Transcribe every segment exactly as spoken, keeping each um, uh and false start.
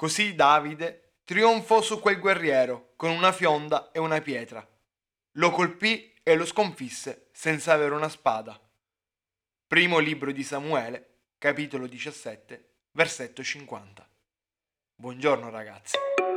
Così Davide trionfò su quel guerriero con una fionda e una pietra. Lo colpì e lo sconfisse senza avere una spada. Primo libro di Samuele, capitolo diciassette, versetto cinquanta. Buongiorno ragazzi.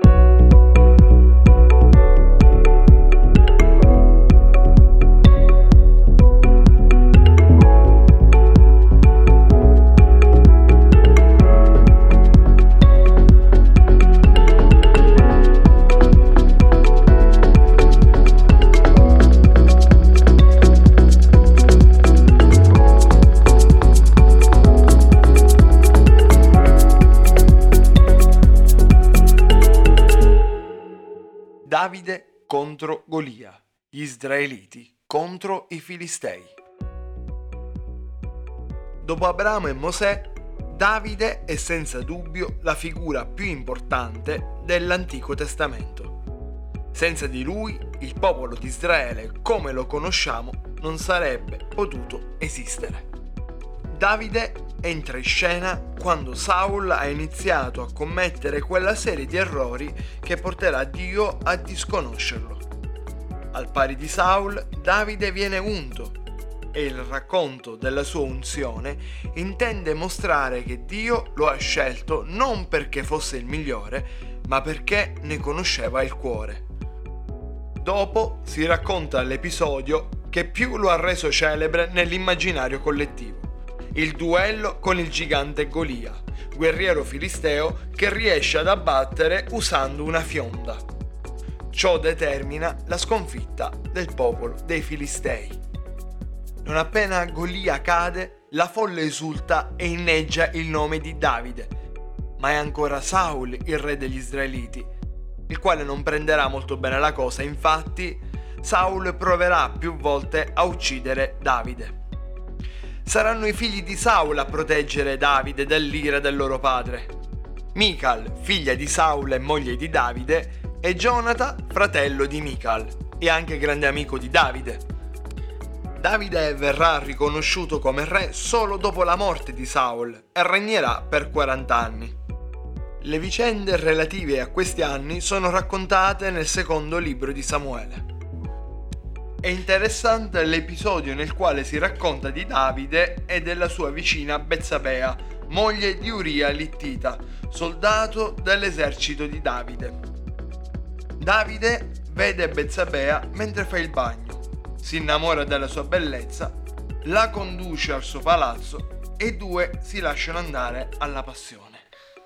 Davide contro Golia, gli Israeliti contro i Filistei. Dopo Abramo e Mosè, Davide è senza dubbio la figura più importante dell'Antico Testamento. Senza di lui, il popolo di Israele, come lo conosciamo, non sarebbe potuto esistere. Davide entra in scena quando Saul ha iniziato a commettere quella serie di errori che porterà Dio a disconoscerlo. Al pari di Saul, Davide viene unto e il racconto della sua unzione intende mostrare che Dio lo ha scelto non perché fosse il migliore, ma perché ne conosceva il cuore. Dopo si racconta l'episodio che più lo ha reso celebre nell'immaginario collettivo. Il duello con il gigante Golia, guerriero filisteo che riesce ad abbattere usando una fionda. Ciò determina la sconfitta del popolo dei Filistei. Non appena Golia cade, la folla esulta e inneggia il nome di Davide, ma è ancora Saul il re degli Israeliti, il quale non prenderà molto bene la cosa. Infatti, Saul proverà più volte a uccidere Davide. Saranno i figli di Saul a proteggere Davide dall'ira del loro padre. Michal, figlia di Saul e moglie di Davide, e Jonathan, fratello di Michal, e anche grande amico di Davide. Davide verrà riconosciuto come re solo dopo la morte di Saul e regnerà per quaranta anni. Le vicende relative a questi anni sono raccontate nel secondo libro di Samuele. È interessante l'episodio nel quale si racconta di Davide e della sua vicina Betsabea, moglie di Uria l'Ittita, soldato dell'esercito di Davide. Davide vede Betsabea mentre fa il bagno, si innamora della sua bellezza, la conduce al suo palazzo e i due si lasciano andare alla passione.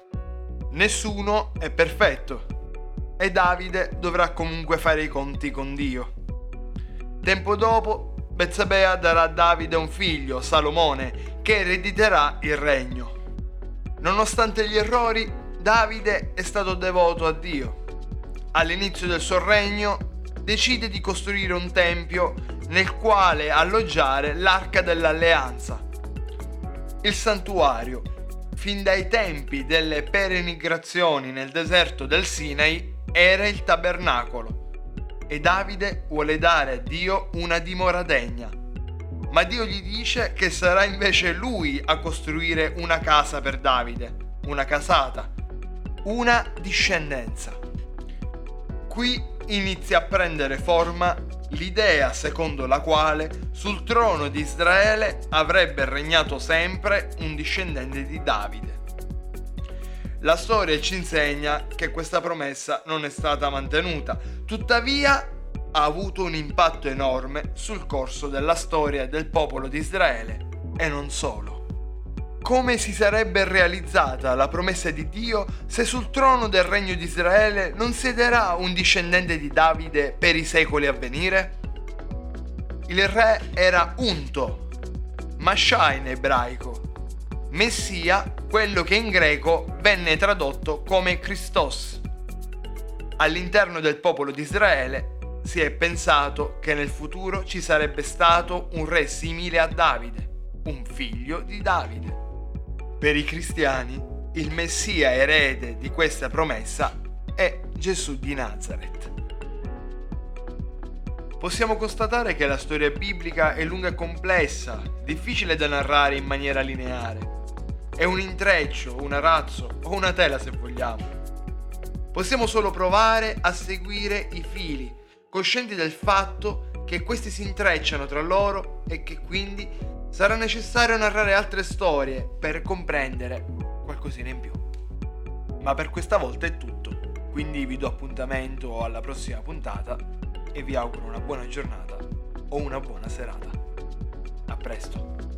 Nessuno è perfetto e Davide dovrà comunque fare i conti con Dio. Tempo dopo, Betsabea darà a Davide un figlio, Salomone, che erediterà il regno. Nonostante gli errori, Davide è stato devoto a Dio. All'inizio del suo regno, decide di costruire un tempio nel quale alloggiare l'Arca dell'Alleanza. Il santuario, fin dai tempi delle peregrinazioni nel deserto del Sinai, era il tabernacolo. E Davide vuole dare a Dio una dimora degna. Ma Dio gli dice che sarà invece lui a costruire una casa per Davide, una casata, una discendenza. Qui inizia a prendere forma l'idea secondo la quale sul trono di Israele avrebbe regnato sempre un discendente di Davide. La storia ci insegna che questa promessa non è stata mantenuta, tuttavia ha avuto un impatto enorme sul corso della storia del popolo di Israele e non solo. Come si sarebbe realizzata la promessa di Dio se sul trono del regno di Israele non siederà un discendente di Davide per i secoli a venire? Il re era unto, Mashiach in ebraico, Messia, quello che in greco venne tradotto come Christos. All'interno del popolo di Israele si è pensato che nel futuro ci sarebbe stato un re simile a Davide, un figlio di Davide. Per i cristiani, il Messia erede di questa promessa è Gesù di Nazaret. Possiamo constatare che la storia biblica è lunga e complessa, difficile da narrare in maniera lineare. È un intreccio, un arazzo o una tela se vogliamo. Possiamo solo provare a seguire i fili, coscienti del fatto che questi si intrecciano tra loro e che quindi sarà necessario narrare altre storie per comprendere qualcosina in più. Ma per questa volta è tutto, quindi vi do appuntamento alla prossima puntata e vi auguro una buona giornata o una buona serata. A presto!